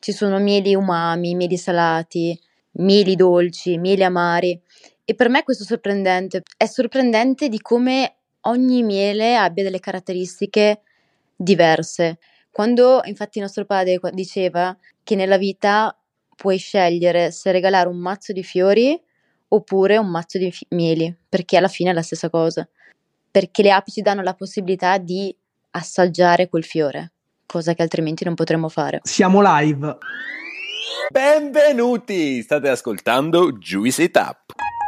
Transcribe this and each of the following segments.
ci sono mieli umami, mieli salati, mieli dolci, mieli amari. E per me questo è sorprendente di come ogni miele abbia delle caratteristiche diverse. Quando infatti nostro padre diceva che nella vita puoi scegliere se regalare un mazzo di fiori oppure un mazzo di mieli, perché alla fine è la stessa cosa. Perché le api ci danno la possibilità di assaggiare quel fiore, cosa che altrimenti non potremmo fare. Siamo live. Benvenuti! State ascoltando Juice It Up.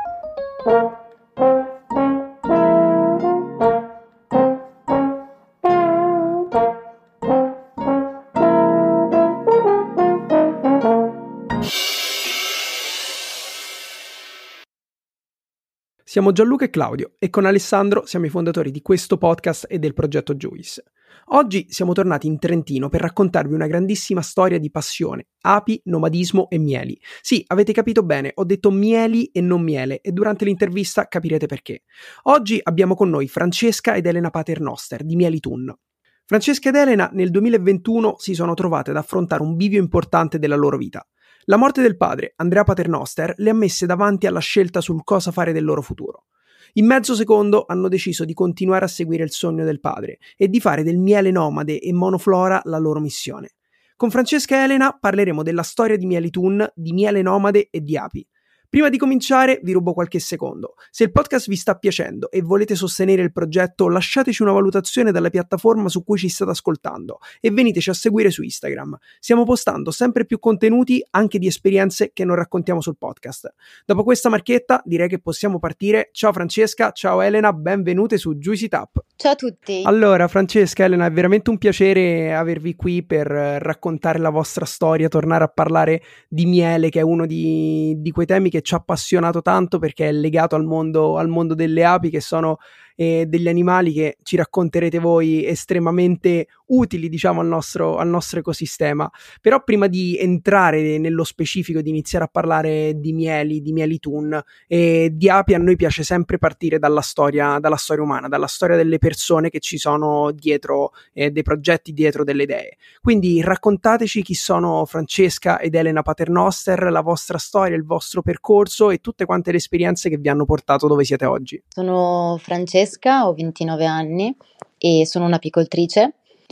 Siamo Gianluca e Claudio e con Alessandro siamo i fondatori di questo podcast e del progetto Juice. Oggi siamo tornati in Trentino per raccontarvi una grandissima storia di passione, api, nomadismo e mieli. Sì, avete capito bene, ho detto mieli e non miele e durante l'intervista capirete perché. Oggi abbiamo con noi Francesca ed Elena Paternoster di Mieli Thun. Francesca ed Elena nel 2021 si sono trovate ad affrontare un bivio importante della loro vita. La morte del padre, Andrea Paternoster, le ha messe davanti alla scelta sul cosa fare del loro futuro. In mezzo secondo hanno deciso di continuare a seguire il sogno del padre e di fare del miele nomade e monoflora la loro missione. Con Francesca e Elena parleremo della storia di Mieli Thun, di miele nomade e di api. Prima di cominciare vi rubo qualche secondo. Se il podcast vi sta piacendo e volete sostenere il progetto, lasciateci una valutazione dalla piattaforma su cui ci state ascoltando e veniteci a seguire su Instagram. Stiamo postando sempre più contenuti anche di esperienze che non raccontiamo sul podcast. Dopo questa marchetta direi che possiamo partire. Ciao Francesca, ciao Elena, benvenute su Juice It Up. Ciao a tutti. Allora Francesca, Elena, è veramente un piacere avervi qui per raccontare la vostra storia, tornare a parlare di miele, che è uno di quei temi che ci ha appassionato tanto perché è legato al mondo delle api, che sono degli animali che ci racconterete voi estremamente utili, diciamo, al nostro ecosistema. Però prima di entrare nello specifico, di iniziare a parlare di Mieli Thun e di api, a noi piace sempre partire dalla storia umana, dalla storia delle persone che ci sono dietro dei progetti, dietro delle idee. Quindi raccontateci chi sono Francesca ed Elena Paternoster, la vostra storia, il vostro percorso e tutte quante le esperienze che vi hanno portato dove siete oggi. Sono Francesca, ho 29 anni e sono un'apicoltrice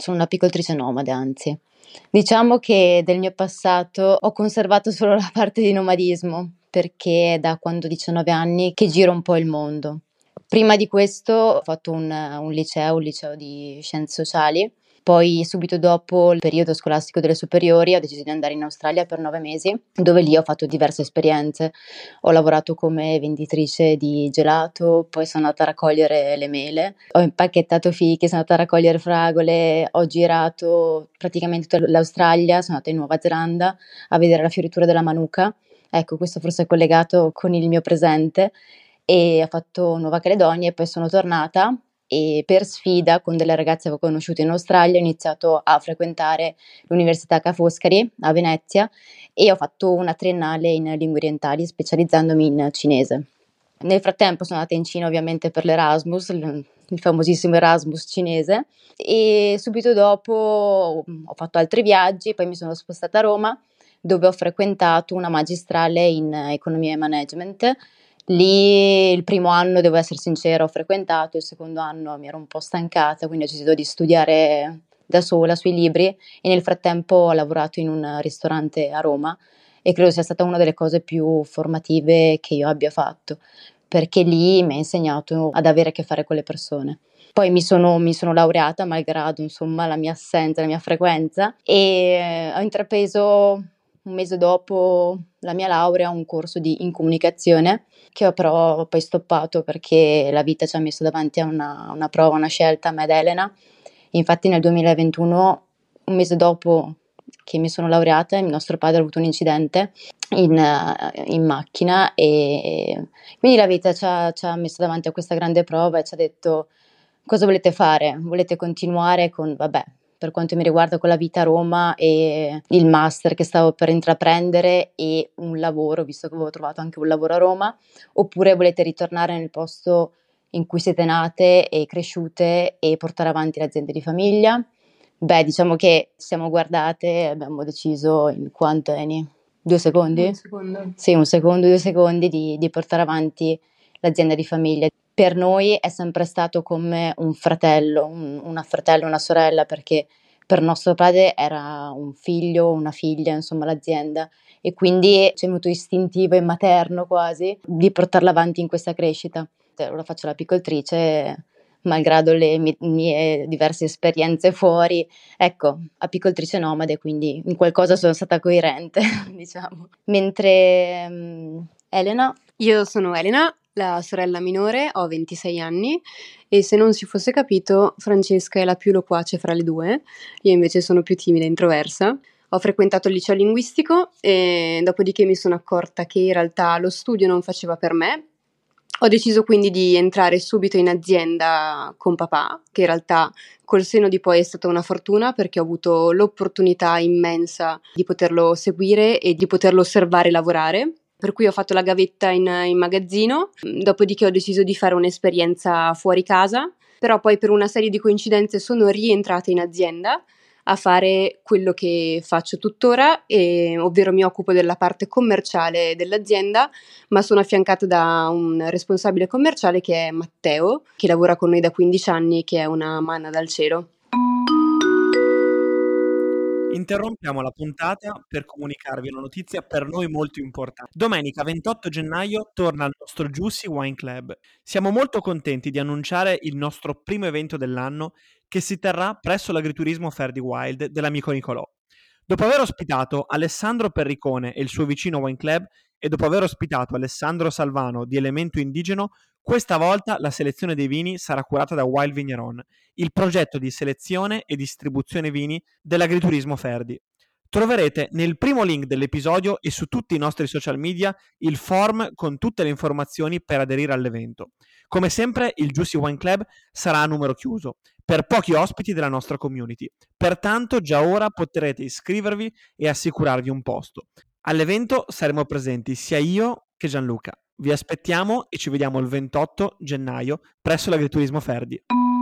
nomade, anzi. Diciamo che del mio passato ho conservato solo la parte di nomadismo, perché è da quando ho 19 anni che giro un po' il mondo. Prima di questo ho fatto un liceo di scienze sociali. Poi subito dopo il periodo scolastico delle superiori ho deciso di andare in Australia per 9 mesi, dove lì ho fatto diverse esperienze. Ho lavorato come venditrice di gelato, poi sono andata a raccogliere le mele, ho impacchettato fichi, sono andata a raccogliere fragole, ho girato praticamente tutta l'Australia, sono andata in Nuova Zelanda a vedere la fioritura della manuka. Ecco, questo forse è collegato con il mio presente. E ho fatto Nuova Caledonia e poi sono tornata e per sfida con delle ragazze che ho conosciuto in Australia ho iniziato a frequentare l'Università Ca' Foscari a Venezia e ho fatto una triennale in lingue orientali specializzandomi in cinese. Nel frattempo sono andata in Cina ovviamente per l'Erasmus, il famosissimo Erasmus cinese, e subito dopo ho fatto altri viaggi, poi mi sono spostata a Roma dove ho frequentato una magistrale in economia e management. Lì il primo anno, devo essere sincera, ho frequentato, il secondo anno mi ero un po' stancata, quindi ho deciso di studiare da sola sui libri e nel frattempo ho lavorato in un ristorante a Roma e credo sia stata una delle cose più formative che io abbia fatto, perché lì mi ha insegnato ad avere a che fare con le persone. Poi mi sono laureata malgrado insomma la mia assenza, la mia frequenza e ho intrapreso un mese dopo la mia laurea un corso in comunicazione che ho però poi stoppato perché la vita ci ha messo davanti a una prova, una scelta a me ed Elena. Infatti nel 2021, un mese dopo che mi sono laureata, il nostro padre ha avuto un incidente in macchina e quindi la vita ci ha messo davanti a questa grande prova e ci ha detto: cosa volete fare? Volete continuare con, vabbè, per quanto mi riguarda, con la vita a Roma e il master che stavo per intraprendere e un lavoro, visto che avevo trovato anche un lavoro a Roma, oppure volete ritornare nel posto in cui siete nate e cresciute e portare avanti l'azienda di famiglia? Beh, diciamo che ci siamo guardate e abbiamo deciso in quanto, Eni? 2 secondi? Un secondo. Sì, 1 secondo, 2 secondi di portare avanti l'azienda di famiglia. Per noi è sempre stato come un fratello, una fratello, una sorella, perché per nostro padre era un figlio, una figlia, insomma l'azienda, e quindi ci è venuto istintivo e materno quasi di portarla avanti in questa crescita. Ora faccio l'apicoltrice, malgrado le mie diverse esperienze fuori, ecco, apicoltrice nomade, quindi in qualcosa sono stata coerente, diciamo. Mentre Elena? Io sono Elena, la sorella minore, ho 26 anni e se non si fosse capito, Francesca è la più loquace fra le due, io invece sono più timida e introversa. Ho frequentato il liceo linguistico e dopodiché mi sono accorta che in realtà lo studio non faceva per me. Ho deciso quindi di entrare subito in azienda con papà, che in realtà col senno di poi è stata una fortuna perché ho avuto l'opportunità immensa di poterlo seguire e di poterlo osservare lavorare. Per cui ho fatto la gavetta in magazzino, dopodiché ho deciso di fare un'esperienza fuori casa, però poi per una serie di coincidenze sono rientrata in azienda a fare quello che faccio tuttora, ovvero mi occupo della parte commerciale dell'azienda, ma sono affiancata da un responsabile commerciale che è Matteo, che lavora con noi da 15 anni, che è una manna dal cielo. Interrompiamo la puntata per comunicarvi una notizia per noi molto importante. Domenica 28 gennaio torna il nostro Juicy Wine Club. Siamo molto contenti di annunciare il nostro primo evento dell'anno che si terrà presso l'agriturismo Fair di Wild dell'amico Nicolò. Dopo aver ospitato Alessandro Perricone e il suo vicino Wine Club e dopo aver ospitato Alessandro Salvano di Elemento Indigeno, questa volta la selezione dei vini sarà curata da Wild Vigneron, il progetto di selezione e distribuzione vini dell'agriturismo Ferdi. Troverete nel primo link dell'episodio e su tutti i nostri social media il form con tutte le informazioni per aderire all'evento. Come sempre il Juicy Wine Club sarà a numero chiuso, per pochi ospiti della nostra community. Pertanto già ora potrete iscrivervi e assicurarvi un posto. All'evento saremo presenti sia io che Gianluca. Vi aspettiamo e ci vediamo il 28 gennaio presso l'agriturismo Ferdi.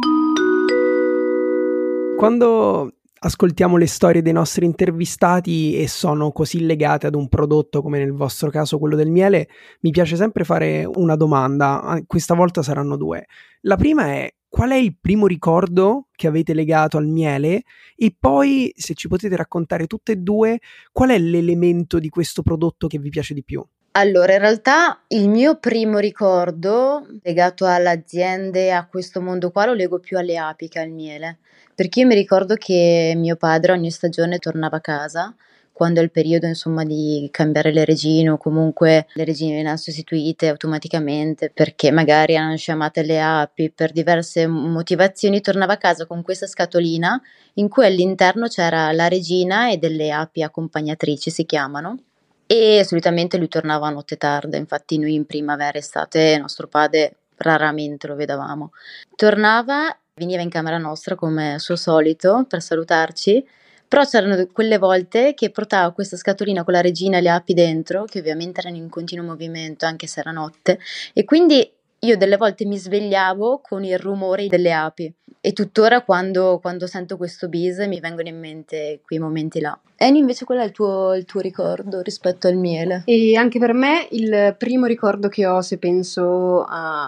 Quando ascoltiamo le storie dei nostri intervistati e sono così legate ad un prodotto come nel vostro caso quello del miele, mi piace sempre fare una domanda, questa volta saranno due. La prima è: qual è il primo ricordo che avete legato al miele? E poi, se ci potete raccontare tutte e due, qual è l'elemento di questo prodotto che vi piace di più? Allora, in realtà il mio primo ricordo legato all'azienda e a questo mondo qua lo lego più alle api che al miele, perché io mi ricordo che mio padre ogni stagione tornava a casa quando è il periodo, insomma, di cambiare le regine o comunque le regine venivano sostituite automaticamente perché magari hanno sciamate le api per diverse motivazioni, tornava a casa con questa scatolina in cui all'interno c'era la regina e delle api accompagnatrici, si chiamano. E solitamente lui tornava a notte tarda, infatti noi in primavera, estate, nostro padre raramente lo vedevamo. Tornava, veniva in camera nostra come suo solito per salutarci, però c'erano quelle volte che portava questa scatolina con la regina e le api dentro, che ovviamente erano in continuo movimento anche se era notte, e quindi io delle volte mi svegliavo con il rumore delle api. E tuttora quando sento questo bis mi vengono in mente quei momenti là. Eni, invece qual è il tuo ricordo rispetto al miele? E anche per me il primo ricordo che ho, se penso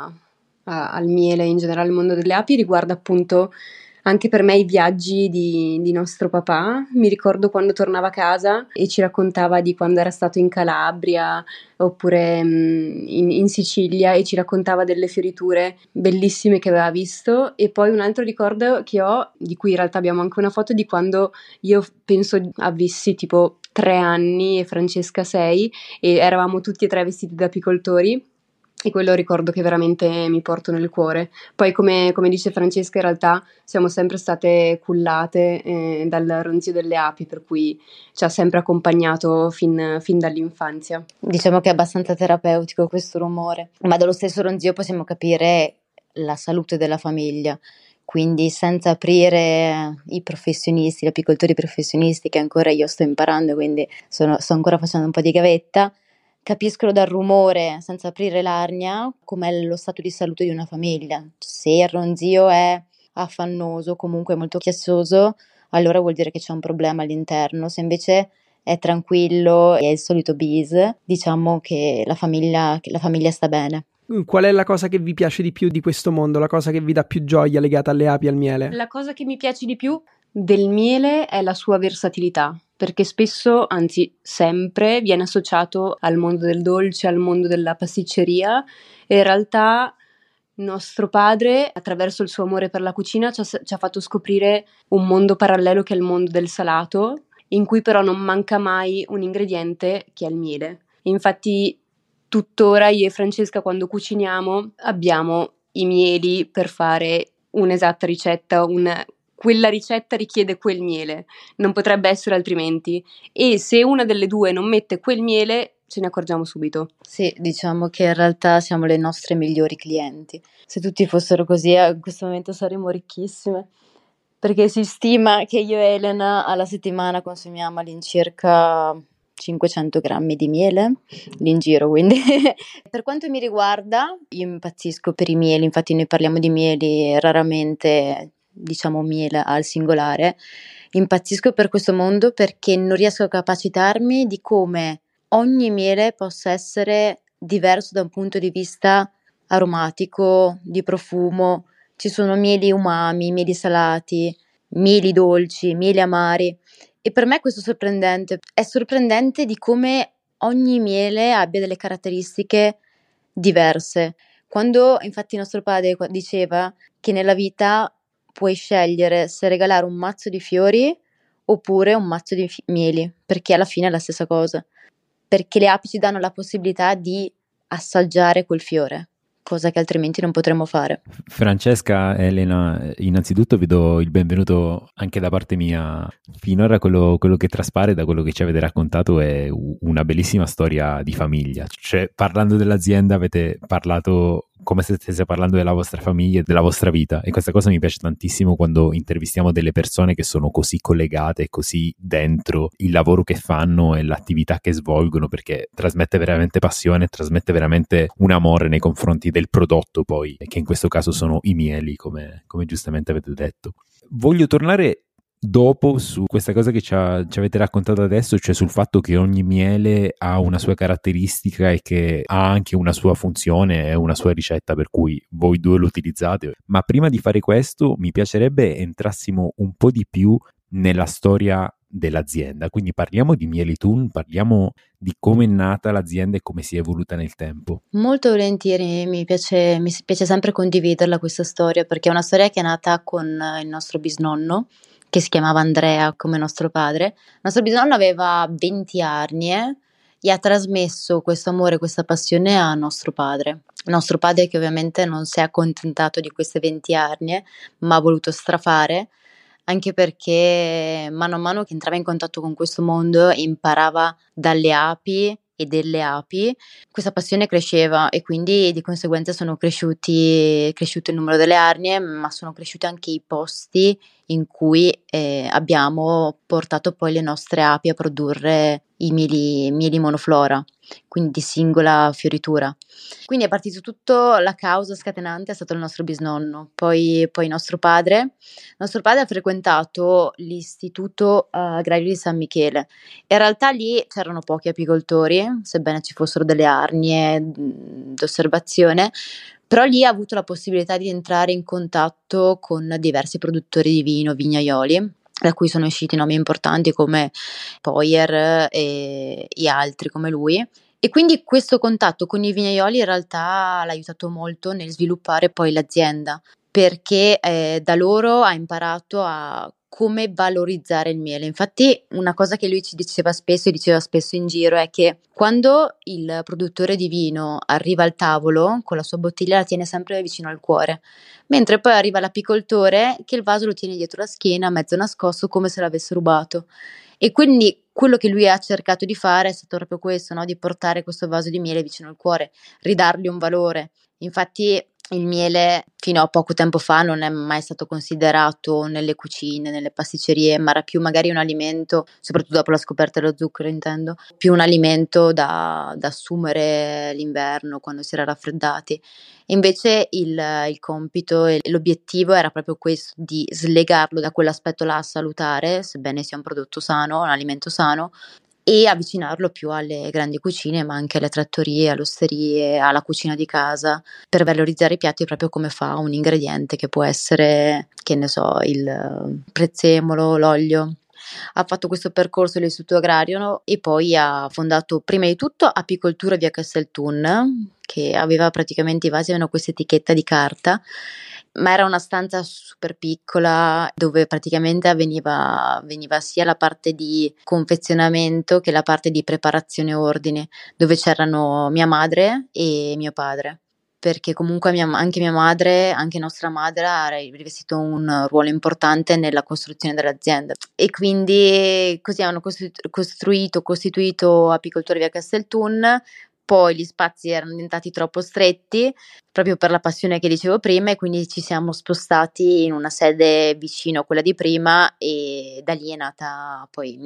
al miele e in generale al mondo delle api, riguarda appunto anche per me i viaggi di nostro papà. Mi ricordo quando tornava a casa e ci raccontava di quando era stato in Calabria oppure in Sicilia e ci raccontava delle fioriture bellissime che aveva visto. E poi un altro ricordo che ho, di cui in realtà abbiamo anche una foto, di quando io penso avessi tipo 3 anni e Francesca 6 e eravamo tutti e tre vestiti da apicoltori. E quello ricordo che veramente mi porto nel cuore. Poi come dice Francesca, in realtà siamo sempre state cullate dal ronzio delle api, per cui ci ha sempre accompagnato fin dall'infanzia. Diciamo che è abbastanza terapeutico questo rumore, ma dallo stesso ronzio possiamo capire la salute della famiglia. Quindi senza aprire i professionisti, gli apicoltori professionisti, che ancora io sto imparando, quindi sto ancora facendo un po' di gavetta, capiscono dal rumore, senza aprire l'arnia, com'è lo stato di salute di una famiglia. Se il ronzio è affannoso, comunque molto chiassoso, allora vuol dire che c'è un problema all'interno. Se invece è tranquillo e è il solito bis, diciamo che la famiglia sta bene. Qual è la cosa che vi piace di più di questo mondo, la cosa che vi dà più gioia legata alle api e al miele? La cosa che mi piace di più del miele è la sua versatilità, perché spesso, anzi sempre, viene associato al mondo del dolce, al mondo della pasticceria, e in realtà nostro padre, attraverso il suo amore per la cucina, ci ha fatto scoprire un mondo parallelo che è il mondo del salato, in cui però non manca mai un ingrediente che è il miele. Infatti tuttora io e Francesca, quando cuciniamo, abbiamo i mieli per fare un'esatta ricetta, quella ricetta richiede quel miele, non potrebbe essere altrimenti, e se una delle due non mette quel miele ce ne accorgiamo subito. Sì, diciamo che in realtà siamo le nostre migliori clienti. Se tutti fossero così, in questo momento saremmo ricchissime, perché si stima che io e Elena alla settimana consumiamo all'incirca 500 grammi di miele lì in giro, quindi per quanto mi riguarda io impazzisco per i mieli, infatti noi parliamo di mieli raramente, diciamo miele al singolare. Impazzisco per questo mondo perché non riesco a capacitarmi di come ogni miele possa essere diverso da un punto di vista aromatico, di profumo. Ci sono mieli umami, mieli salati, mieli dolci, mieli amari, e per me questo è sorprendente. È sorprendente di come ogni miele abbia delle caratteristiche diverse. Quando infatti nostro padre diceva che nella vita puoi scegliere se regalare un mazzo di fiori oppure un mazzo di mieli, perché alla fine è la stessa cosa, perché le api ci danno la possibilità di assaggiare quel fiore, cosa che altrimenti non potremmo fare. Francesca, Elena, innanzitutto vi do il benvenuto anche da parte mia. Finora quello che traspare da quello che ci avete raccontato è una bellissima storia di famiglia. Cioè, parlando dell'azienda avete parlato come se stesse parlando della vostra famiglia e della vostra vita, e questa cosa mi piace tantissimo quando intervistiamo delle persone che sono così collegate e così dentro il lavoro che fanno e l'attività che svolgono, perché trasmette veramente passione, trasmette veramente un amore nei confronti del prodotto, poi, che in questo caso sono i mieli, come giustamente avete detto. Voglio tornare dopo su questa cosa che ci avete raccontato adesso, cioè sul fatto che ogni miele ha una sua caratteristica e che ha anche una sua funzione e una sua ricetta, per cui voi due lo utilizzate. Ma prima di fare questo mi piacerebbe entrassimo un po' di più nella storia dell'azienda, quindi parliamo di Mielitun, parliamo di come è nata l'azienda e come si è evoluta nel tempo. Molto volentieri, mi piace sempre condividerla questa storia, perché è una storia che è nata con il nostro bisnonno, che si chiamava Andrea come nostro padre. Il nostro bisnonno aveva 20 arnie e ha trasmesso questo amore, questa passione a nostro padre. Nostro padre che ovviamente non si è accontentato di queste 20 arnie, ma ha voluto strafare, anche perché mano a mano che entrava in contatto con questo mondo imparava dalle api e delle api, questa passione cresceva e quindi di conseguenza sono cresciuto il numero delle arnie, ma sono cresciuti anche i posti in cui abbiamo portato poi le nostre api a produrre i mieli monoflora, quindi di singola fioritura. Quindi è partito tutto, la causa scatenante è stato il nostro bisnonno, poi nostro padre. Nostro padre ha frequentato l'istituto agrario di San Michele. In realtà lì c'erano pochi apicoltori, sebbene ci fossero delle arnie d'osservazione, però lì ha avuto la possibilità di entrare in contatto con diversi produttori di vino, vignaioli, da cui sono usciti nomi importanti come Poyer e altri come lui. E quindi questo contatto con i vignaioli in realtà l'ha aiutato molto nel sviluppare poi l'azienda, perché da loro ha imparato a come valorizzare il miele. Infatti una cosa che lui ci diceva spesso e diceva spesso in giro è che quando il produttore di vino arriva al tavolo con la sua bottiglia la tiene sempre vicino al cuore, mentre poi arriva l'apicoltore che il vaso lo tiene dietro la schiena, mezzo nascosto, come se l'avesse rubato. E quindi quello che lui ha cercato di fare è stato proprio questo, no? Di portare questo vaso di miele vicino al cuore, ridargli un valore. Infatti il miele fino a poco tempo fa non è mai stato considerato nelle cucine, nelle pasticcerie, ma era più magari un alimento, soprattutto dopo la scoperta dello zucchero intendo, più un alimento da assumere l'inverno quando si era raffreddati. Invece il compito e l'obiettivo era proprio questo, di slegarlo da quell'aspetto là salutare, sebbene sia un prodotto sano, un alimento sano, e avvicinarlo più alle grandi cucine, ma anche alle trattorie, alle osterie, alla cucina di casa, per valorizzare i piatti proprio come fa un ingrediente che può essere, che ne so, il prezzemolo, l'olio. Ha fatto questo percorso all'Istituto Agrario e poi ha fondato prima di tutto Apicoltura via Castelthun, che aveva praticamente, i vasi avevano questa etichetta di carta, ma era una stanza super piccola dove praticamente avveniva sia la parte di confezionamento che la parte di preparazione e ordine, dove c'erano mia madre e mio padre, perché comunque anche mia madre, anche nostra madre, ha rivestito un ruolo importante nella costruzione dell'azienda, e quindi così hanno costituito Apicoltura via Castelthun. Poi gli spazi erano diventati troppo stretti proprio per la passione che dicevo prima, e quindi ci siamo spostati in una sede vicino a quella di prima, e da lì è nata poi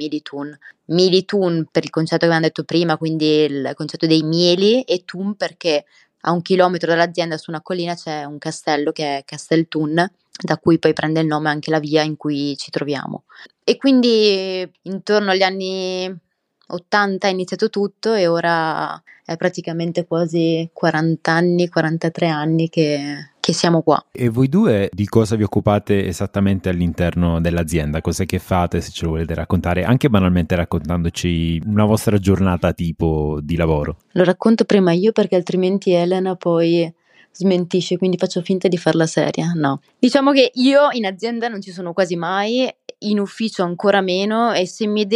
Militun per il concetto che abbiamo detto prima, quindi il concetto dei mieli, e Thun perché a 1 chilometro dall'azienda su una collina c'è un castello che è Castelthun, da cui poi prende il nome anche la via in cui ci troviamo. E quindi intorno agli anni 80 è iniziato tutto, e ora è praticamente quasi 40 anni, 43 anni che siamo qua. E voi due di cosa vi occupate esattamente all'interno dell'azienda? Cos'è che fate, se ce lo volete raccontare, anche banalmente raccontandoci una vostra giornata tipo di lavoro? Lo racconto prima io perché altrimenti Elena poi smentisce, quindi faccio finta di farla seria. No, diciamo che io in azienda non ci sono quasi mai, in ufficio ancora meno, e se mi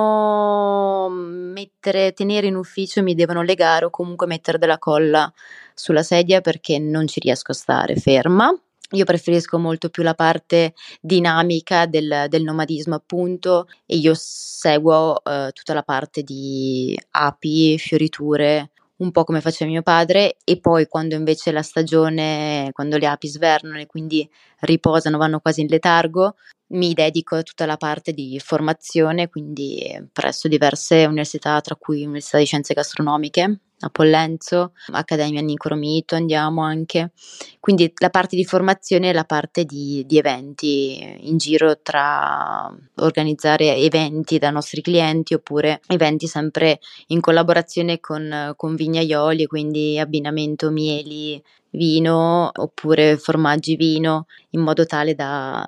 devono tenere in ufficio mi devono legare o comunque mettere della colla sulla sedia, perché non ci riesco a stare ferma. Io preferisco molto più la parte dinamica del nomadismo, appunto, e io seguo tutta la parte di api, fioriture, un po' come faceva mio padre. E poi quando invece la stagione, quando le api svernano e quindi riposano, vanno quasi in letargo, mi dedico a tutta la parte di formazione, quindi presso diverse università, tra cui Università di Scienze Gastronomiche a Pollenzo, Accademia Niccolò Mito andiamo anche, quindi la parte di formazione e la parte di eventi in giro, tra organizzare eventi da nostri clienti oppure eventi sempre in collaborazione con vignaioli, quindi abbinamento mieli, vino oppure formaggi vino, in modo tale da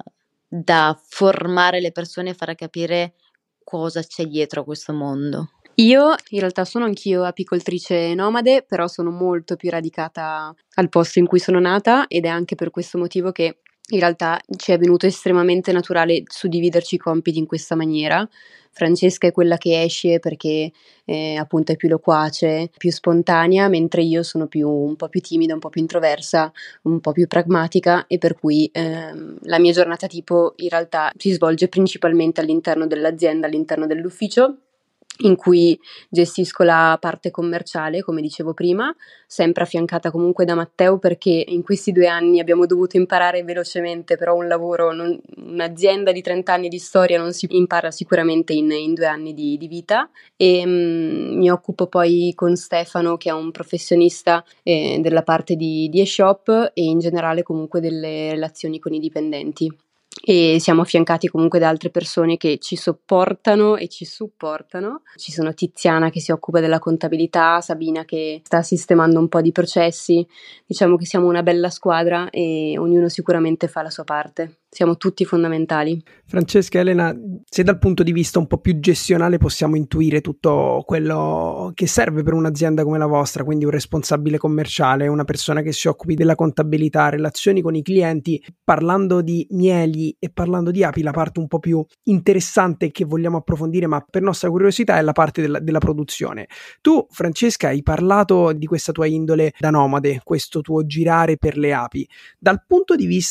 formare le persone e far capire cosa c'è dietro a questo mondo. Io in realtà sono anch'io apicoltrice nomade, però sono molto più radicata al posto in cui sono nata, ed è anche per questo motivo che in realtà ci è venuto estremamente naturale suddividerci i compiti in questa maniera. Francesca è quella che esce perché appunto è più loquace, più spontanea, mentre io sono un po' più timida, un po' più introversa, un po' più pragmatica, e per cui la mia giornata tipo in realtà si svolge principalmente all'interno dell'azienda, all'interno dell'ufficio, in cui gestisco la parte commerciale, come dicevo prima, sempre affiancata comunque da Matteo, perché in questi 2 anni abbiamo dovuto imparare velocemente, però un'azienda di 30 anni di storia non si impara sicuramente in 2 anni di vita. E mi occupo poi con Stefano, che è un professionista della parte di e-shop e in generale comunque delle relazioni con i dipendenti. E siamo affiancati comunque da altre persone che ci sopportano e ci supportano. Ci sono Tiziana che si occupa della contabilità, Sabina che sta sistemando un po' di processi. Diciamo che siamo una bella squadra e ognuno sicuramente fa la sua parte. Siamo tutti fondamentali. Francesca, Elena, se dal punto di vista un po' più gestionale possiamo intuire tutto quello che serve per un'azienda come la vostra, quindi un responsabile commerciale, una persona che si occupi della contabilità, relazioni con i clienti, parlando di mieli e parlando di api, la parte un po' più interessante che vogliamo approfondire, ma per nostra curiosità, è la parte della produzione. Tu, Francesca, hai parlato di questa tua indole da nomade, questo tuo girare per le api. Dal punto di vista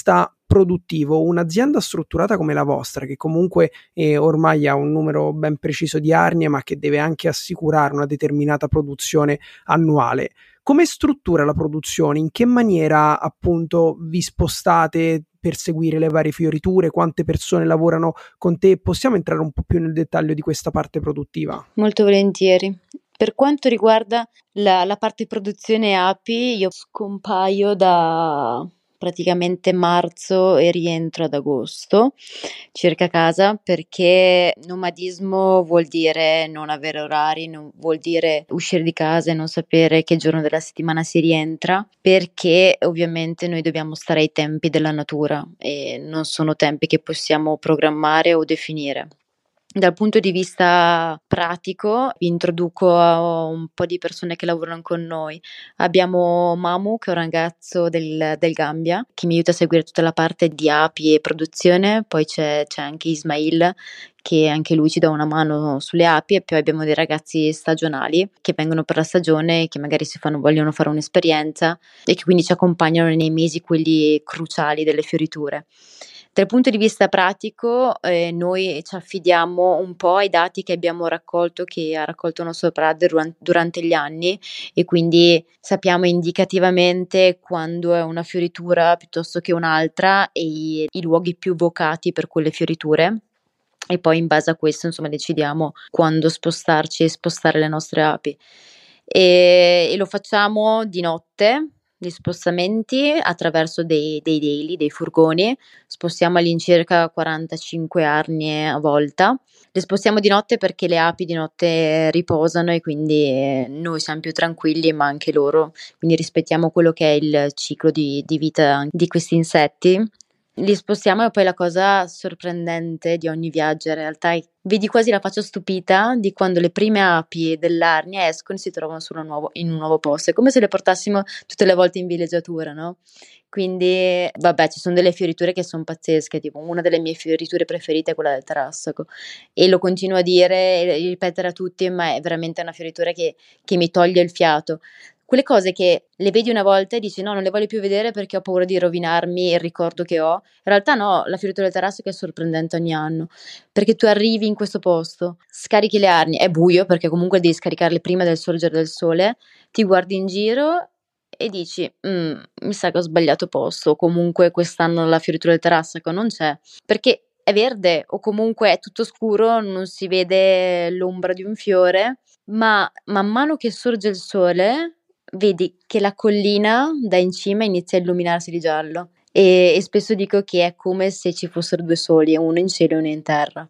produttivo, un'azienda strutturata come la vostra, che comunque ormai ha un numero ben preciso di arnie, ma che deve anche assicurare una determinata produzione annuale, come struttura la produzione? In che maniera appunto vi spostate per seguire le varie fioriture? Quante persone lavorano con te? Possiamo entrare un po' più nel dettaglio di questa parte produttiva? Molto volentieri. Per quanto riguarda la parte produzione api, io scompaio da praticamente marzo e rientro ad agosto circa casa, perché nomadismo vuol dire non avere orari, non vuol dire uscire di casa e non sapere che giorno della settimana si rientra, perché ovviamente noi dobbiamo stare ai tempi della natura e non sono tempi che possiamo programmare o definire. Dal punto di vista pratico, vi introduco a un po' di persone che lavorano con noi. Abbiamo Mamu, che è un ragazzo del Gambia, che mi aiuta a seguire tutta la parte di api e produzione. Poi c'è anche Ismail, che anche lui ci dà una mano sulle api, e poi abbiamo dei ragazzi stagionali che vengono per la stagione, che magari vogliono fare un'esperienza e che quindi ci accompagnano nei mesi quelli cruciali delle fioriture. Dal punto di vista pratico, noi ci affidiamo un po' ai dati che abbiamo raccolto, che ha raccolto il nostro padre durante gli anni, e quindi sappiamo indicativamente quando è una fioritura piuttosto che un'altra e i luoghi più vocati per quelle fioriture. E poi in base a questo, insomma, decidiamo quando spostarci e spostare le nostre api. E lo facciamo di notte, gli spostamenti, attraverso dei daily, dei furgoni. Spostiamo all'incirca 45 arnie a volta. Le spostiamo di notte perché le api di notte riposano e quindi noi siamo più tranquilli, ma anche loro. Quindi rispettiamo quello che è il ciclo di vita di questi insetti. Li spostiamo, e poi la cosa sorprendente di ogni viaggio in realtà è vedi quasi la faccia stupita di quando le prime api dell'arnia escono e si trovano in un nuovo posto. È come se le portassimo tutte le volte in villeggiatura, no? Quindi vabbè, ci sono delle fioriture che sono pazzesche, tipo una delle mie fioriture preferite è quella del Tarassaco, e lo continuo a dire e ripetere a tutti, ma è veramente una fioritura che mi toglie il fiato. Quelle cose che le vedi una volta e dici no, non le voglio più vedere perché ho paura di rovinarmi il ricordo che ho. In realtà no, la fioritura del Tarassaco è sorprendente ogni anno, perché tu arrivi in questo posto, scarichi le arnie, è buio perché comunque devi scaricarle prima del sorgere del sole, ti guardi in giro e dici mi sa che ho sbagliato posto, o comunque quest'anno la fioritura del Tarassaco non c'è, perché è verde o comunque è tutto scuro, non si vede l'ombra di un fiore, ma man mano che sorge il sole vedi che la collina da in cima inizia a illuminarsi di giallo, e spesso dico che è come se ci fossero due soli, uno in cielo e uno in terra.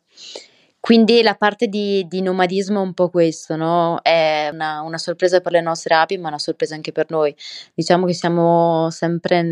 Quindi la parte di nomadismo è un po' questo, no? È una sorpresa per le nostre api, ma una sorpresa anche per noi. Diciamo che siamo sempre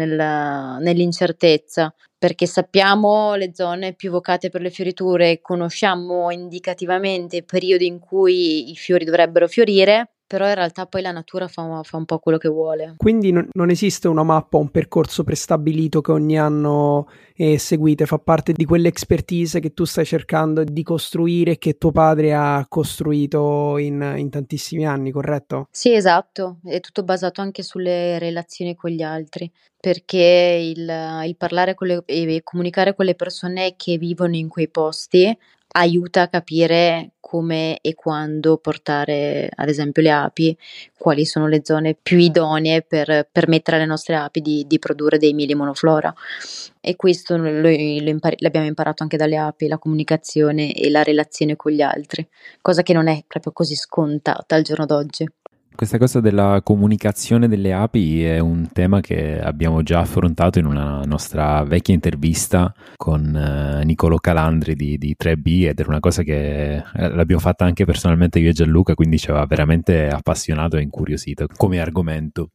nell'incertezza, perché sappiamo le zone più vocate per le fioriture, conosciamo indicativamente i periodi in cui i fiori dovrebbero fiorire, però in realtà poi la natura fa un po' quello che vuole. Quindi non esiste una mappa, un percorso prestabilito che ogni anno seguite, fa parte di quell'expertise che tu stai cercando di costruire e che tuo padre ha costruito in tantissimi anni, corretto? Sì, esatto, è tutto basato anche sulle relazioni con gli altri, perché il parlare e comunicare con le persone che vivono in quei posti aiuta a capire come e quando portare, ad esempio, le api, quali sono le zone più idonee per permettere alle nostre api di produrre dei mieli monoflora. E questo l'abbiamo imparato anche dalle api, la comunicazione e la relazione con gli altri, cosa che non è proprio così scontata al giorno d'oggi. Questa cosa della comunicazione delle api è un tema che abbiamo già affrontato in una nostra vecchia intervista con Niccolò Calandri di 3B, ed era una cosa che l'abbiamo fatta anche personalmente io e Gianluca, quindi ci aveva veramente appassionato e incuriosito come argomento.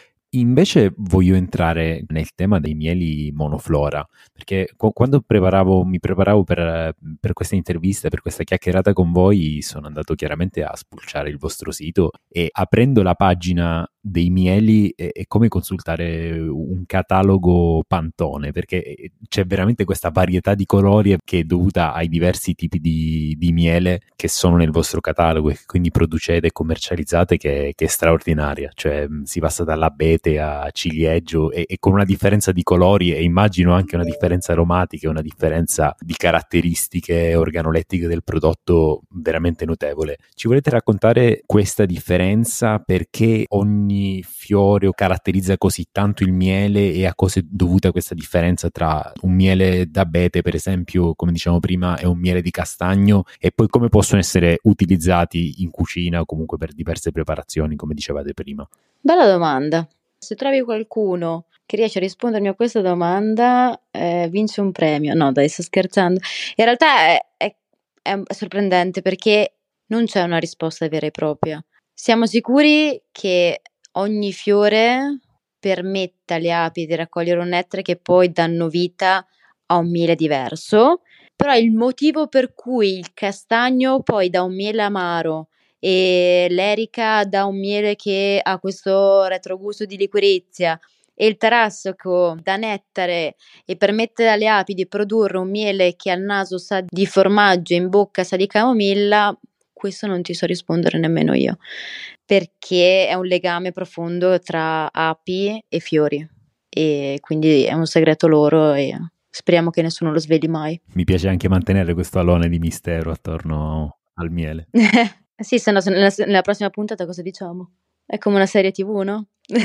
Invece voglio entrare nel tema dei mieli monoflora, perché quando mi preparavo per questa intervista, per questa chiacchierata con voi, sono andato chiaramente a spulciare il vostro sito, e aprendo la pagina dei mieli è come consultare un catalogo Pantone, perché c'è veramente questa varietà di colori che è dovuta ai diversi tipi di miele che sono nel vostro catalogo e che quindi producete e commercializzate, che è straordinaria. Cioè si passa dall'abete a ciliegio e con una differenza di colori e immagino anche una differenza aromatica, una differenza di caratteristiche organolettiche del prodotto veramente notevole. Ci volete raccontare questa differenza? Perché ogni fiore caratterizza così tanto il miele e a cosa è dovuta questa differenza tra un miele d'abete, per esempio, come diciamo prima, e un miele di castagno, e poi come possono essere utilizzati in cucina o comunque per diverse preparazioni, come dicevate prima? Bella domanda. Se trovi qualcuno che riesce a rispondermi a questa domanda, vince un premio. No, dai, sto scherzando. In realtà è sorprendente perché non c'è una risposta vera e propria. Siamo sicuri che ogni fiore permetta alle api di raccogliere un nettare che poi danno vita a un miele diverso, però il motivo per cui il castagno poi dà un miele amaro e l'erica dà un miele che ha questo retrogusto di liquirizia e il tarassaco dà nettare e permette alle api di produrre un miele che al naso sa di formaggio e in bocca sa di camomilla, questo non ti so rispondere nemmeno io, perché è un legame profondo tra api e fiori e quindi è un segreto loro e speriamo che nessuno lo sveli mai. Mi piace anche mantenere questo alone di mistero attorno al miele. Sì, se no nella prossima puntata cosa diciamo? È come una serie TV, no?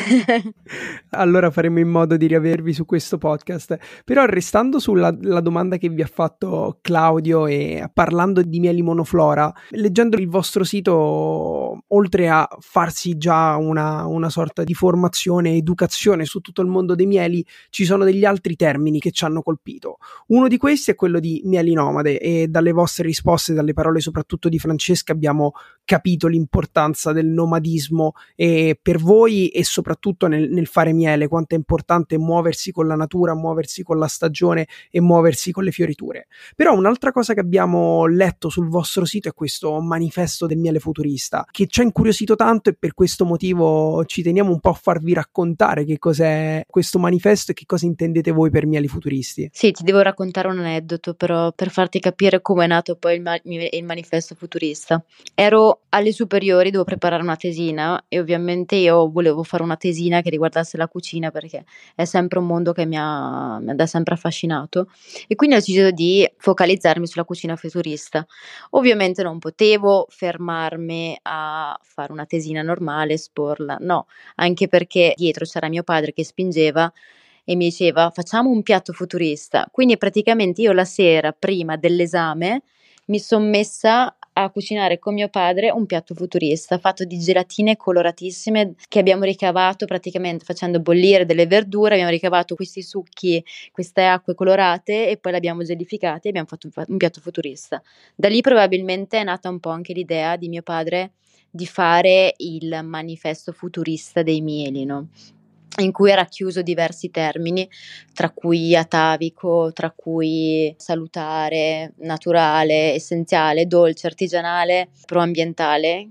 Allora faremo in modo di riavervi su questo podcast. Però restando sulla domanda che vi ha fatto Claudio e parlando di mieli monoflora, leggendo il vostro sito, oltre a farsi già una sorta di formazione e educazione su tutto il mondo dei mieli, ci sono degli altri termini che ci hanno colpito. Uno di questi è quello di mieli nomade e dalle vostre risposte, dalle parole soprattutto di Francesca, abbiamo capito l'importanza del nomadismo e per voi e soprattutto nel fare miele, quanto è importante muoversi con la natura, muoversi con la stagione e muoversi con le fioriture. Però un'altra cosa che abbiamo letto sul vostro sito è questo manifesto del miele futurista, che ci ha incuriosito tanto e per questo motivo ci teniamo un po' a farvi raccontare che cos'è questo manifesto e che cosa intendete voi per mieli futuristi. Sì, ti devo raccontare un aneddoto però per farti capire come è nato poi il manifesto futurista. Ero alle superiori, devo preparare una tesina e ovviamente io volevo fare una tesina che riguardasse la cucina perché è sempre un mondo che mi ha da sempre affascinato e quindi ho deciso di focalizzarmi sulla cucina futurista. Ovviamente non potevo fermarmi a fare una tesina normale, esporla, no, anche perché dietro c'era mio padre che spingeva e mi diceva facciamo un piatto futurista, quindi praticamente io la sera prima dell'esame mi sono messa a cucinare con mio padre un piatto futurista fatto di gelatine coloratissime che abbiamo ricavato praticamente facendo bollire delle verdure, abbiamo ricavato questi succhi, queste acque colorate e poi le abbiamo gelificate e abbiamo fatto un piatto futurista. Da lì probabilmente è nata un po' anche l'idea di mio padre di fare il manifesto futurista dei mieli, no? In cui era chiuso diversi termini, tra cui atavico, tra cui salutare, naturale, essenziale, dolce, artigianale, proambientale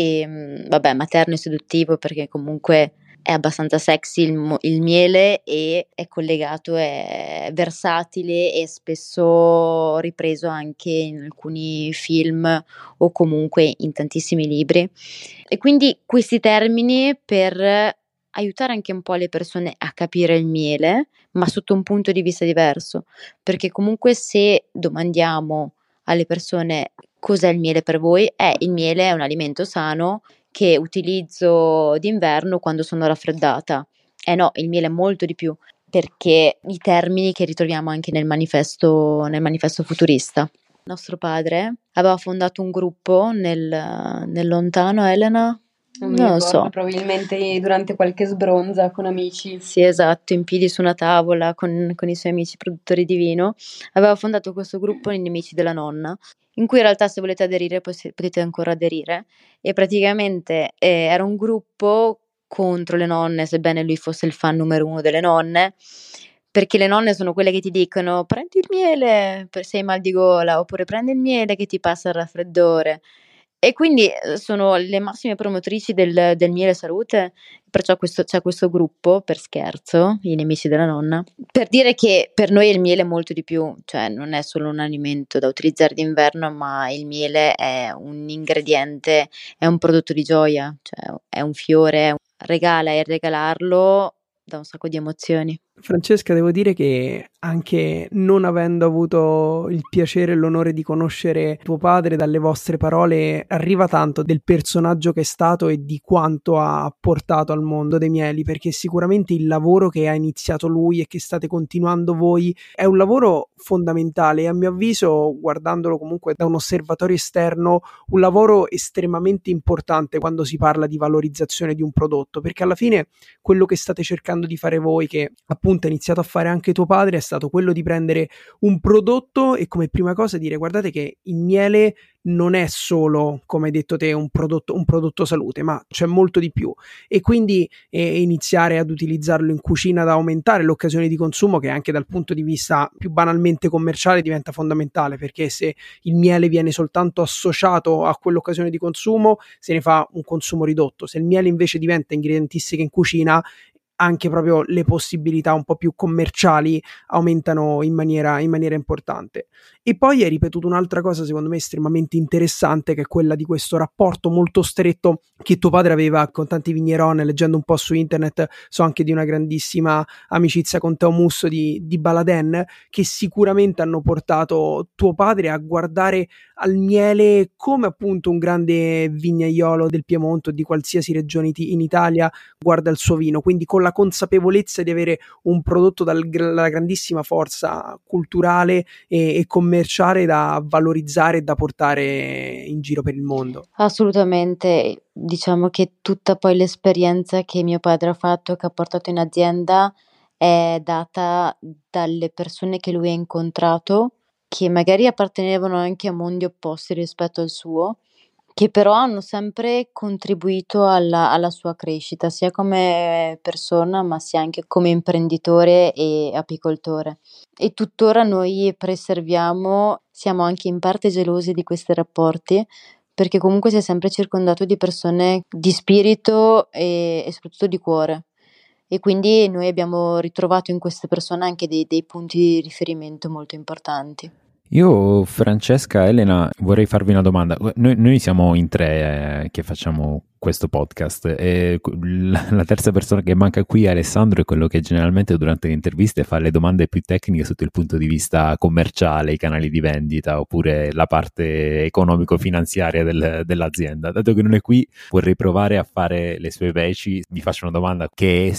e vabbè, materno e seduttivo perché comunque è abbastanza sexy il miele e è collegato, è versatile e spesso ripreso anche in alcuni film o comunque in tantissimi libri. E quindi questi termini per aiutare anche un po' le persone a capire il miele, ma sotto un punto di vista diverso, perché comunque se domandiamo alle persone cos'è il miele per voi, il miele è un alimento sano che utilizzo d'inverno quando sono raffreddata. No, il miele è molto di più, perché i termini che ritroviamo anche nel manifesto futurista. Nostro padre aveva fondato un gruppo nel lontano, Elena? Non mi Non lo ricordo, so. probabilmente durante qualche sbronza con amici. Sì, esatto, in piedi su una tavola con i suoi amici produttori di vino. Aveva fondato questo gruppo I Nemici della Nonna, in cui in realtà se volete aderire potete ancora aderire. E praticamente era un gruppo contro le nonne, sebbene lui fosse il fan numero uno delle nonne, perché le nonne sono quelle che ti dicono prendi il miele se hai mal di gola, oppure prendi il miele che ti passa il raffreddore. E quindi sono le massime promotrici del miele salute, perciò c'è questo gruppo, per scherzo, i nemici della nonna, per dire che per noi il miele è molto di più, cioè non è solo un alimento da utilizzare d'inverno, ma il miele è un ingrediente, è un prodotto di gioia, cioè è un fiore, regala e regalarlo dà un sacco di emozioni. Francesca, devo dire che anche non avendo avuto il piacere e l'onore di conoscere tuo padre, dalle vostre parole arriva tanto del personaggio che è stato e di quanto ha portato al mondo dei mieli, perché sicuramente il lavoro che ha iniziato lui e che state continuando voi è un lavoro fondamentale e a mio avviso, guardandolo comunque da un osservatorio esterno, un lavoro estremamente importante quando si parla di valorizzazione di un prodotto, perché alla fine quello che state cercando di fare voi, che appunto ha iniziato a fare anche tuo padre, è stato quello di prendere un prodotto e come prima cosa dire: guardate che il miele non è solo, come hai detto te, un prodotto salute, ma c'è molto di più, e quindi iniziare ad utilizzarlo in cucina, ad aumentare l'occasione di consumo, che anche dal punto di vista più banalmente commerciale diventa fondamentale, perché se il miele viene soltanto associato a quell'occasione di consumo se ne fa un consumo ridotto. Se il miele invece diventa ingredientistica in cucina, anche proprio le possibilità un po' più commerciali aumentano in maniera importante. E poi hai ripetuto un'altra cosa secondo me estremamente interessante, che è quella di questo rapporto molto stretto che tuo padre aveva con tanti vigneron. Leggendo un po' su internet so anche di una grandissima amicizia con Teo Musso di Baladen, che sicuramente hanno portato tuo padre a guardare al miele come appunto un grande vignaiolo del Piemonte o di qualsiasi regione in Italia guarda il suo vino, quindi con la consapevolezza di avere un prodotto dalla grandissima forza culturale e commerciale da valorizzare e da portare in giro per il mondo. Assolutamente, diciamo che tutta poi l'esperienza che mio padre ha fatto, che ha portato in azienda, è data dalle persone che lui ha incontrato, che magari appartenevano anche a mondi opposti rispetto al suo, che però hanno sempre contribuito alla sua crescita, sia come persona, ma sia anche come imprenditore e apicoltore. E tuttora noi preserviamo, siamo anche in parte gelosi di questi rapporti, perché comunque si è sempre circondato di persone di spirito e soprattutto di cuore. E quindi noi abbiamo ritrovato in queste persone anche dei punti di riferimento molto importanti. Io, Francesca, Elena, vorrei farvi una domanda. Noi siamo in tre che facciamo questo podcast e la terza persona che manca qui è Alessandro, è quello che generalmente durante le interviste fa le domande più tecniche sotto il punto di vista commerciale, i canali di vendita oppure la parte economico-finanziaria dell'azienda. Dato che non è qui, vorrei provare a fare le sue veci. Vi faccio una domanda che è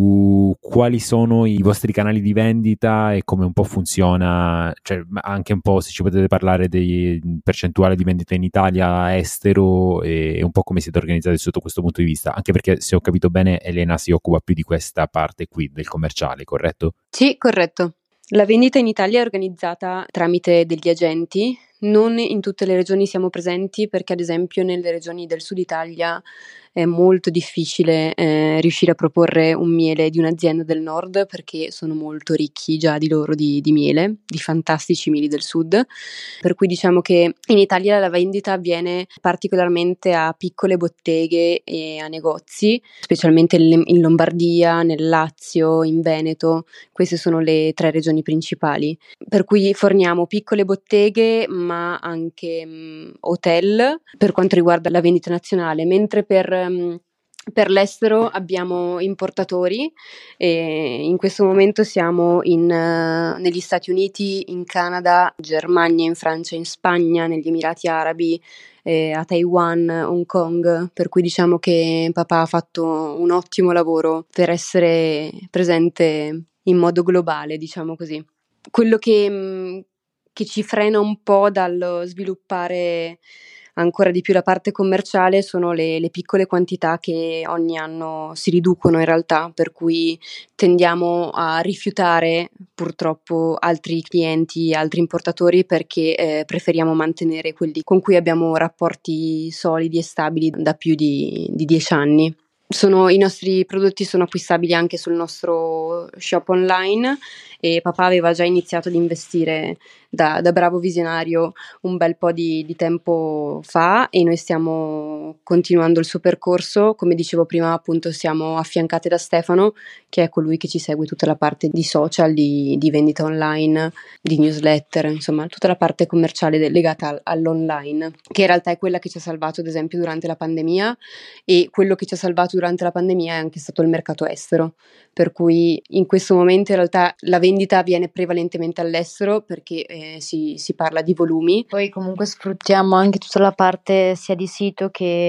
su quali sono i vostri canali di vendita e come un po' funziona, cioè anche un po' se ci potete parlare di percentuale di vendita in Italia, estero e un po' come siete organizzati sotto questo punto di vista, anche perché se ho capito bene Elena si occupa più di questa parte qui del commerciale, corretto? Sì, corretto. La vendita in Italia è organizzata tramite degli agenti, non in tutte le regioni siamo presenti perché ad esempio nelle regioni del sud Italia è molto difficile riuscire a proporre un miele di un'azienda del nord perché sono molto ricchi già di loro di miele, di fantastici mieli del sud, per cui diciamo che in Italia la vendita avviene particolarmente a piccole botteghe e a negozi, specialmente in Lombardia, nel Lazio, in Veneto. Queste sono le 3 regioni principali, per cui forniamo piccole botteghe ma anche hotel per quanto riguarda la vendita nazionale, mentre per l'estero abbiamo importatori e in questo momento siamo negli Stati Uniti, in Canada, Germania, in Francia, in Spagna, negli Emirati Arabi, a Taiwan, Hong Kong, per cui diciamo che papà ha fatto un ottimo lavoro per essere presente in modo globale, diciamo così. Quello che ci frena un po' dallo sviluppare ancora di più la parte commerciale sono le piccole quantità che ogni anno si riducono in realtà, per cui tendiamo a rifiutare purtroppo altri clienti, altri importatori perché preferiamo mantenere quelli con cui abbiamo rapporti solidi e stabili da più di 10 anni. I nostri prodotti sono acquistabili anche sul nostro shop online e papà aveva già iniziato ad investire da bravo visionario un bel po' di tempo fa, e noi stiamo continuando il suo percorso. Come dicevo prima, appunto, siamo affiancate da Stefano, che è colui che ci segue tutta la parte di social, di vendita online, di newsletter, insomma tutta la parte commerciale legata all'online, che in realtà è quella che ci ha salvato ad esempio durante la pandemia, e quello che ci ha salvato durante la pandemia è anche stato il mercato estero, per cui in questo momento in realtà la vendita avviene prevalentemente all'estero, perché si parla di volumi. Poi comunque sfruttiamo anche tutta la parte sia di sito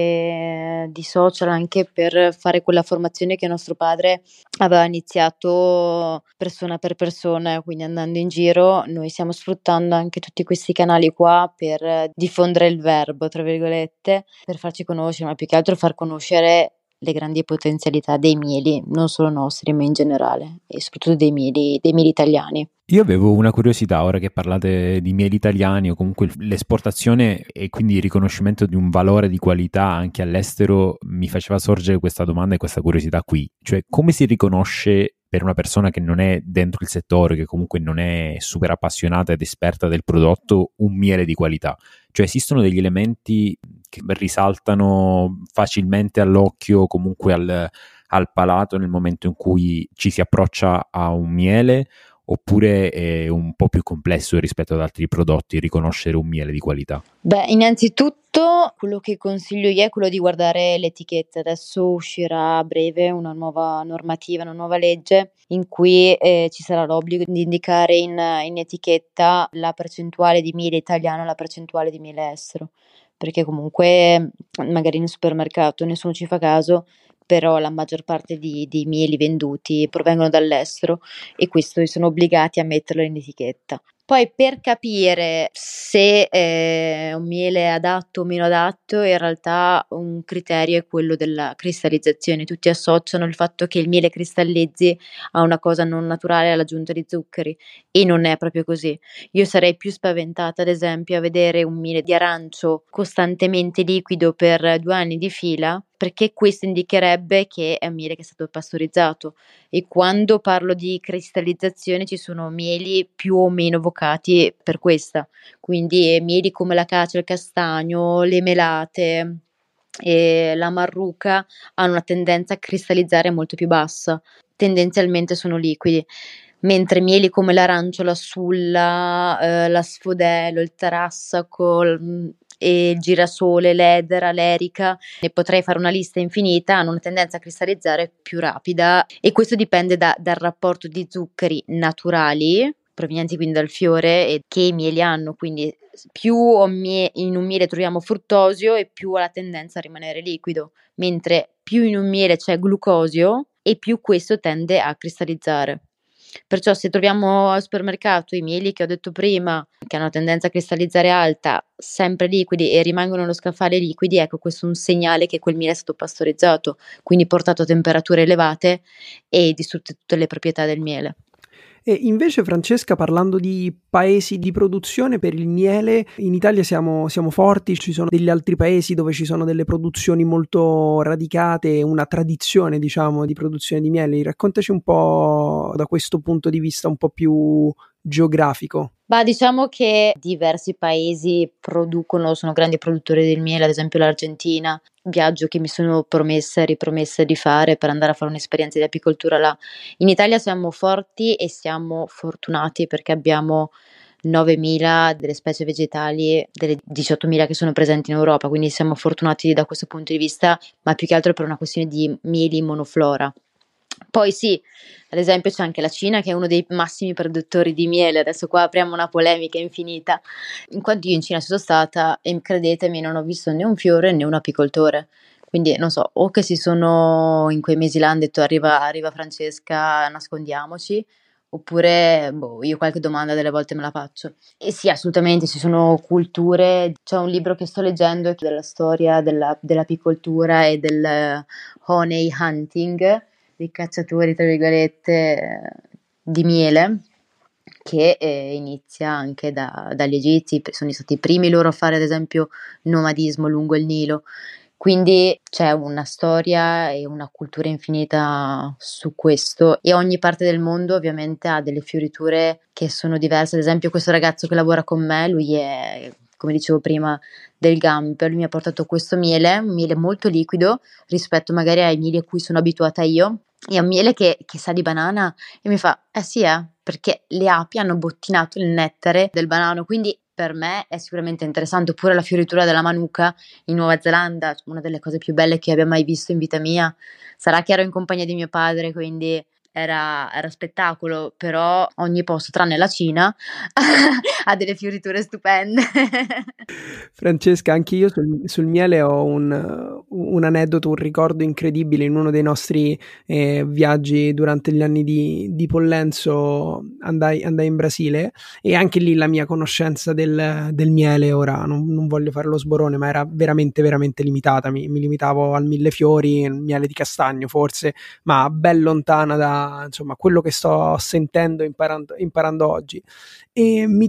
che di social, anche per fare quella formazione che nostro padre aveva iniziato persona per persona, quindi andando in giro noi stiamo sfruttando anche tutti questi canali qua per diffondere il verbo, tra virgolette, per farci conoscere, ma più che altro far conoscere le grandi potenzialità dei mieli, non solo nostri, ma in generale, e soprattutto dei mieli italiani. Io avevo una curiosità, ora che parlate di mieli italiani o comunque l'esportazione e quindi il riconoscimento di un valore di qualità anche all'estero, mi faceva sorgere questa domanda e questa curiosità qui, cioè come si riconosce per una persona che non è dentro il settore, che comunque non è super appassionata ed esperta del prodotto, un miele di qualità? Cioè esistono degli elementi che risaltano facilmente all'occhio, comunque al palato nel momento in cui ci si approccia a un miele, oppure è un po' più complesso rispetto ad altri prodotti riconoscere un miele di qualità? Beh, innanzitutto quello che consiglio io è quello di guardare l'etichetta. Adesso uscirà a breve una nuova normativa, una nuova legge in cui ci sarà l'obbligo di indicare in etichetta la percentuale di miele italiano e la percentuale di miele estero, perché comunque magari nel supermercato nessuno ci fa caso, però la maggior parte di mieli venduti provengono dall'estero e questo sono obbligati a metterlo in etichetta. Poi per capire se un miele è adatto o meno adatto, in realtà un criterio è quello della cristallizzazione. Tutti associano il fatto che il miele cristallizzi a una cosa non naturale, all'aggiunta di zuccheri, e non è proprio così. Io sarei più spaventata, ad esempio, a vedere un miele di arancio costantemente liquido per 2 anni di fila, perché questo indicherebbe che è un miele che è stato pastorizzato. E quando parlo di cristallizzazione ci sono mieli più o meno vocati per questa, quindi mieli come l'acacia, il castagno, le melate e la marruca hanno una tendenza a cristallizzare molto più bassa, tendenzialmente sono liquidi, mentre mieli come l'arancio, la sulla, la sfodelo, il tarassaco e il girasole, l'edera, l'erica, ne potrei fare una lista infinita, hanno una tendenza a cristallizzare più rapida, e questo dipende dal rapporto di zuccheri naturali provenienti quindi dal fiore e che i mieli hanno, quindi più in un miele troviamo fruttosio e più ha la tendenza a rimanere liquido, mentre più in un miele c'è glucosio e più questo tende a cristallizzare. Perciò se troviamo al supermercato i mieli che ho detto prima, che hanno tendenza a cristallizzare alta, sempre liquidi e rimangono nello scaffale liquidi, ecco, questo è un segnale che quel miele è stato pastorizzato, quindi portato a temperature elevate e distrutte tutte le proprietà del miele. E invece, Francesca, parlando di paesi di produzione per il miele, in Italia siamo forti, ci sono degli altri paesi dove ci sono delle produzioni molto radicate, una tradizione, diciamo, di produzione di miele. Raccontaci un po' da questo punto di vista un po' più geografico. Diciamo che diversi paesi sono grandi produttori del miele, ad esempio l'Argentina, viaggio che mi sono promessa e ripromessa di fare per andare a fare un'esperienza di apicoltura là. In Italia siamo forti e siamo fortunati perché abbiamo 9.000 delle specie vegetali delle 18.000 che sono presenti in Europa, quindi siamo fortunati da questo punto di vista, ma più che altro per una questione di mieli monoflora. Poi sì, ad esempio c'è anche la Cina che è uno dei massimi produttori di miele, adesso qua apriamo una polemica infinita, in quanto io in Cina sono stata e credetemi non ho visto né un fiore né un apicoltore, quindi non so, o che si sono in quei mesi là hanno detto arriva Francesca, nascondiamoci, oppure io qualche domanda delle volte me la faccio. E sì, assolutamente ci sono culture, c'è un libro che sto leggendo della storia dell'apicoltura e del honey hunting, dei cacciatori, tra virgolette, di miele, che inizia anche dagli egizi, sono stati i primi loro a fare ad esempio nomadismo lungo il Nilo, Quindi c'è una storia e una cultura infinita su questo, e ogni parte del mondo ovviamente ha delle fioriture che sono diverse. Ad esempio questo ragazzo che lavora con me, lui è, come dicevo prima, del Gambia, lui mi ha portato questo miele, un miele molto liquido rispetto magari ai mieli a cui sono abituata io, è un miele che sa di banana, e mi fa, sì, perché le api hanno bottinato il nettare del banano, quindi per me è sicuramente interessante. Oppure la fioritura della manuka in Nuova Zelanda, una delle cose più belle che abbia mai visto in vita mia. Sarà che ero in compagnia di mio padre, quindi era spettacolo, però ogni posto, tranne la Cina, ha delle fioriture stupende. Francesca, anche io sul miele ho un aneddoto, un ricordo incredibile. In uno dei nostri viaggi durante gli anni di Pollenzo andai in Brasile, e anche lì la mia conoscenza del miele, ora non voglio fare lo sborone, ma era veramente veramente limitata. Mi limitavo al millefiori, il miele di castagno forse, ma ben lontana da, insomma, quello che sto sentendo e imparando oggi. E mi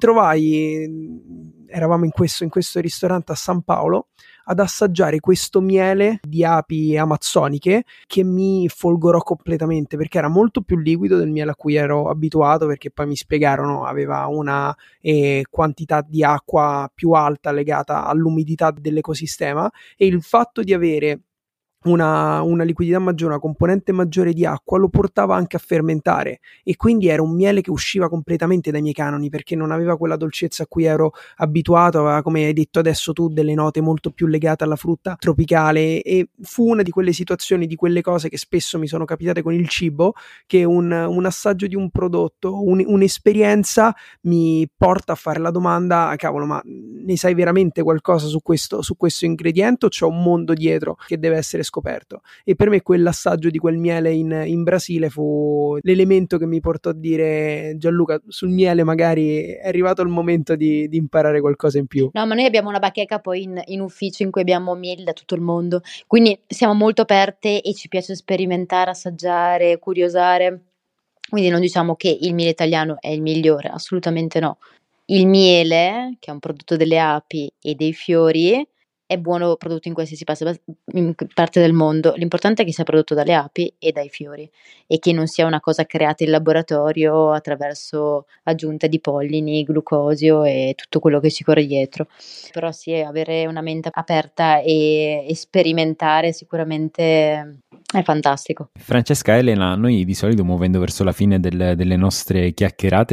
trovai, eravamo in questo ristorante a San Paolo, ad assaggiare questo miele di api amazzoniche che mi folgorò completamente, perché era molto più liquido del miele a cui ero abituato, perché poi mi spiegarono aveva una quantità di acqua più alta legata all'umidità dell'ecosistema, e il fatto di avere una liquidità maggiore, una componente maggiore di acqua, lo portava anche a fermentare, e quindi era un miele che usciva completamente dai miei canoni, perché non aveva quella dolcezza a cui ero abituato, aveva, come hai detto adesso tu, delle note molto più legate alla frutta tropicale. E fu una di quelle situazioni, di quelle cose che spesso mi sono capitate con il cibo, che un assaggio di un prodotto, un'esperienza mi porta a fare la domanda: cavolo, ma ne sai veramente qualcosa su questo ingrediente, o c'è un mondo dietro che deve essere scoperto? E per me quell'assaggio di quel miele in Brasile fu l'elemento che mi portò a dire: Gianluca, sul miele magari è arrivato il momento di imparare qualcosa in più. No, ma noi abbiamo una bacheca poi in ufficio in cui abbiamo mieli da tutto il mondo, quindi siamo molto aperte e ci piace sperimentare, assaggiare, curiosare. Quindi non diciamo che il miele italiano è il migliore, assolutamente no. Il miele, che è un prodotto delle api e dei fiori, è buono prodotto in qualsiasi parte del mondo. L'importante è che sia prodotto dalle api e dai fiori, e che non sia una cosa creata in laboratorio attraverso aggiunta di pollini, glucosio e tutto quello che ci corre dietro. Però sì, avere una mente aperta e sperimentare sicuramente è fantastico. Francesca, Elena, noi di solito, muovendo verso la fine delle nostre chiacchierate,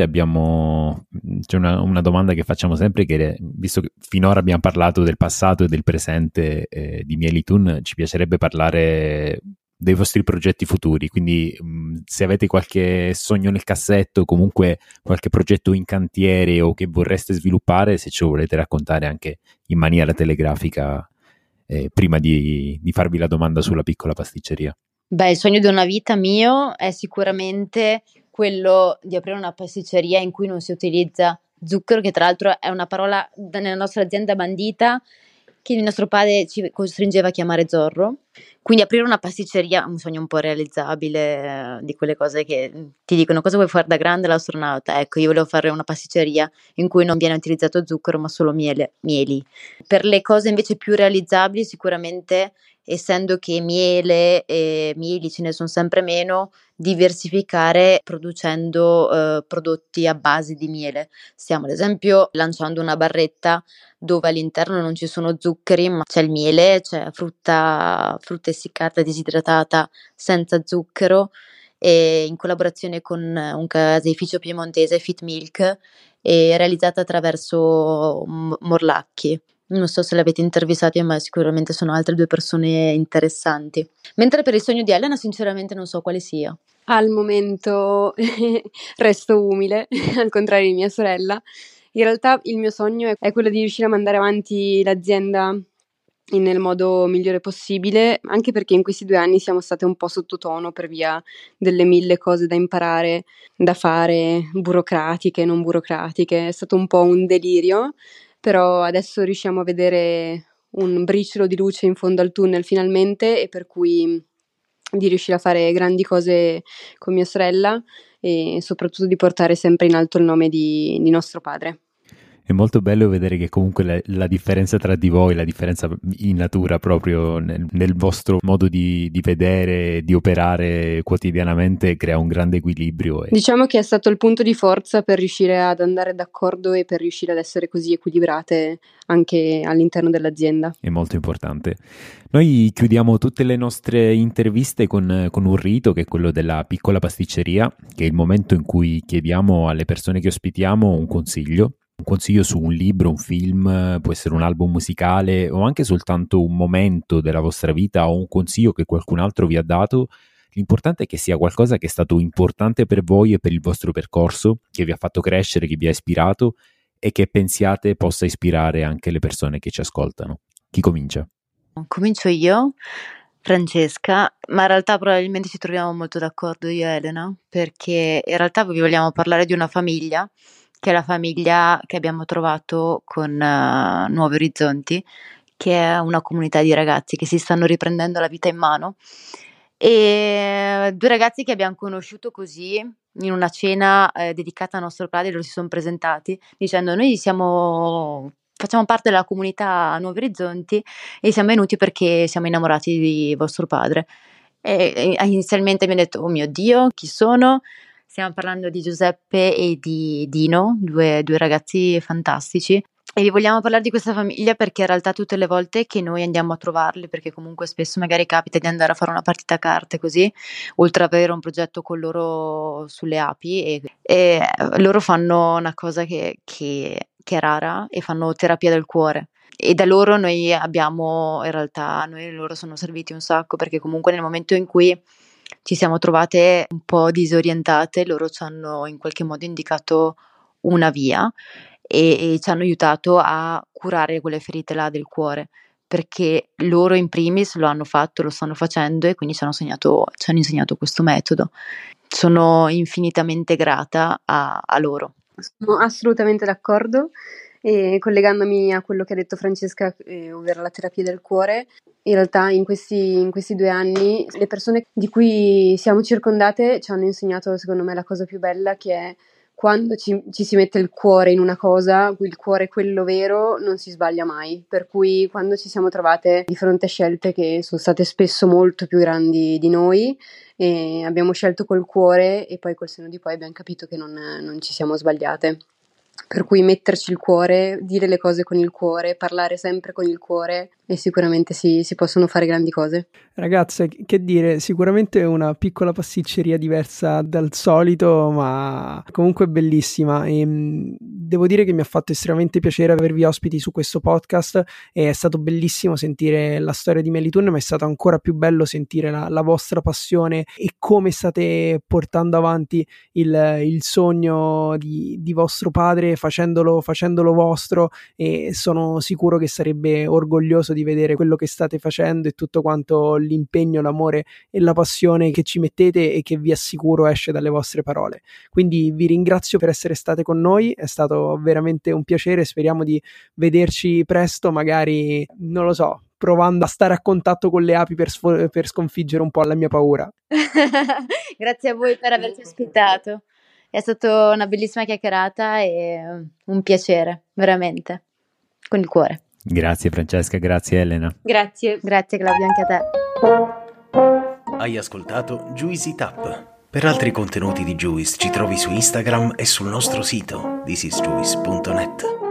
c'è una domanda che facciamo sempre, che visto che finora abbiamo parlato del passato e del presente di Mielitun, ci piacerebbe parlare dei vostri progetti futuri. Quindi se avete qualche sogno nel cassetto, comunque qualche progetto in cantiere o che vorreste sviluppare, se ce lo volete raccontare anche in maniera telegrafica, prima di farvi la domanda sulla piccola pasticceria. Beh, il sogno di una vita mio è sicuramente quello di aprire una pasticceria in cui non si utilizza zucchero, che tra l'altro è una parola nella nostra azienda bandita, che il nostro padre ci costringeva a chiamare Zorro. Quindi aprire una pasticceria, un sogno un po' realizzabile, di quelle cose che ti dicono: cosa vuoi fare da grande, l'astronauta? Ecco, io volevo fare una pasticceria in cui non viene utilizzato zucchero, ma solo mieli. Per le cose invece più realizzabili, sicuramente, essendo che miele e mieli ce ne sono sempre meno, diversificare producendo prodotti a base di miele. Stiamo ad esempio lanciando una barretta dove all'interno non ci sono zuccheri, ma c'è il miele, c'è frutta essiccata, disidratata, senza zucchero, e in collaborazione con un caseificio piemontese, Fit Milk, e realizzata attraverso Morlacchi. Non so se l'avete intervistati, ma sicuramente sono altre due persone interessanti. Mentre per il sogno di Elena, sinceramente non so quale sia. Al momento resto umile, al contrario di mia sorella. In realtà il mio sogno è quello di riuscire a mandare avanti l'azienda nel modo migliore possibile, anche perché in questi 2 anni siamo state un po' sottotono per via delle 1000 cose da imparare, da fare, burocratiche, non burocratiche. È stato un po' un delirio, però adesso riusciamo a vedere un briciolo di luce in fondo al tunnel finalmente, e per cui di riuscire a fare grandi cose con mia sorella, e soprattutto di portare sempre in alto il nome di nostro padre. È molto bello vedere che comunque la differenza tra di voi, la differenza in natura proprio nel vostro modo di vedere, di operare quotidianamente crea un grande equilibrio. Diciamo che è stato il punto di forza per riuscire ad andare d'accordo e per riuscire ad essere così equilibrate anche all'interno dell'azienda. È molto importante. Noi chiudiamo tutte le nostre interviste con un rito che è quello della piccola pasticceria, che è il momento in cui chiediamo alle persone che ospitiamo un consiglio su un libro, un film, può essere un album musicale o anche soltanto un momento della vostra vita o un consiglio che qualcun altro vi ha dato. L'importante è che sia qualcosa che è stato importante per voi e per il vostro percorso, che vi ha fatto crescere, che vi ha ispirato e che pensiate possa ispirare anche le persone che ci ascoltano. Chi comincia? Comincio io, Francesca, ma in realtà probabilmente ci troviamo molto d'accordo io e Elena, perché in realtà vi vogliamo parlare di una famiglia, che è la famiglia che abbiamo trovato con Nuovi Orizzonti, che è una comunità di ragazzi che si stanno riprendendo la vita in mano, e 2 ragazzi che abbiamo conosciuto così in una cena dedicata a nostro padre. Loro si sono presentati dicendo: noi facciamo parte della comunità Nuovi Orizzonti e siamo venuti perché siamo innamorati di vostro padre. E inizialmente mi ha detto: oh mio Dio, chi sono? Stiamo parlando di Giuseppe e di Dino, due ragazzi fantastici. E vi vogliamo parlare di questa famiglia perché in realtà tutte le volte che noi andiamo a trovarli, perché comunque spesso magari capita di andare a fare una partita a carte così, oltre ad avere un progetto con loro sulle api, e loro fanno una cosa che è rara, e fanno terapia del cuore. E da loro noi loro sono serviti un sacco, perché comunque nel momento in cui ci siamo trovate un po' disorientate, loro ci hanno in qualche modo indicato una via e ci hanno aiutato a curare quelle ferite là del cuore, perché loro in primis lo hanno fatto, lo stanno facendo, e quindi ci hanno insegnato questo metodo. Sono infinitamente grata a loro. Sono assolutamente d'accordo, e collegandomi a quello che ha detto Francesca, ovvero la terapia del cuore, in realtà in questi 2 anni le persone di cui siamo circondate ci hanno insegnato, secondo me, la cosa più bella, che è quando ci si mette il cuore in una cosa, il cuore, quello vero, non si sbaglia mai. Per cui quando ci siamo trovate di fronte a scelte che sono state spesso molto più grandi di noi, e abbiamo scelto col cuore, e poi col senno di poi abbiamo capito che non ci siamo sbagliate. Per cui metterci il cuore, dire le cose con il cuore, parlare sempre con il cuore, e sicuramente si possono fare grandi cose. Ragazze, che dire, sicuramente una piccola pasticceria diversa dal solito, ma comunque bellissima. E devo dire che mi ha fatto estremamente piacere avervi ospiti su questo podcast, e è stato bellissimo sentire la storia di Melitun, ma è stato ancora più bello sentire la vostra passione e come state portando avanti il sogno di vostro padre, facendolo vostro, e sono sicuro che sarebbe orgoglioso di vedere quello che state facendo e tutto quanto l'impegno, l'amore e la passione che ci mettete, e che vi assicuro esce dalle vostre parole. Quindi vi ringrazio per essere state con noi, è stato veramente un piacere. Speriamo di vederci presto, magari, non lo so, provando a stare a contatto con le api per sconfiggere un po' la mia paura. Grazie a voi per averci ospitato. È stata una bellissima chiacchierata e un piacere, veramente, con il cuore. Grazie Francesca, grazie Elena. Grazie Claudia, anche a te. Hai ascoltato Juicy Tap. Per altri contenuti di Juice ci trovi su Instagram e sul nostro sito thisisjuice.net.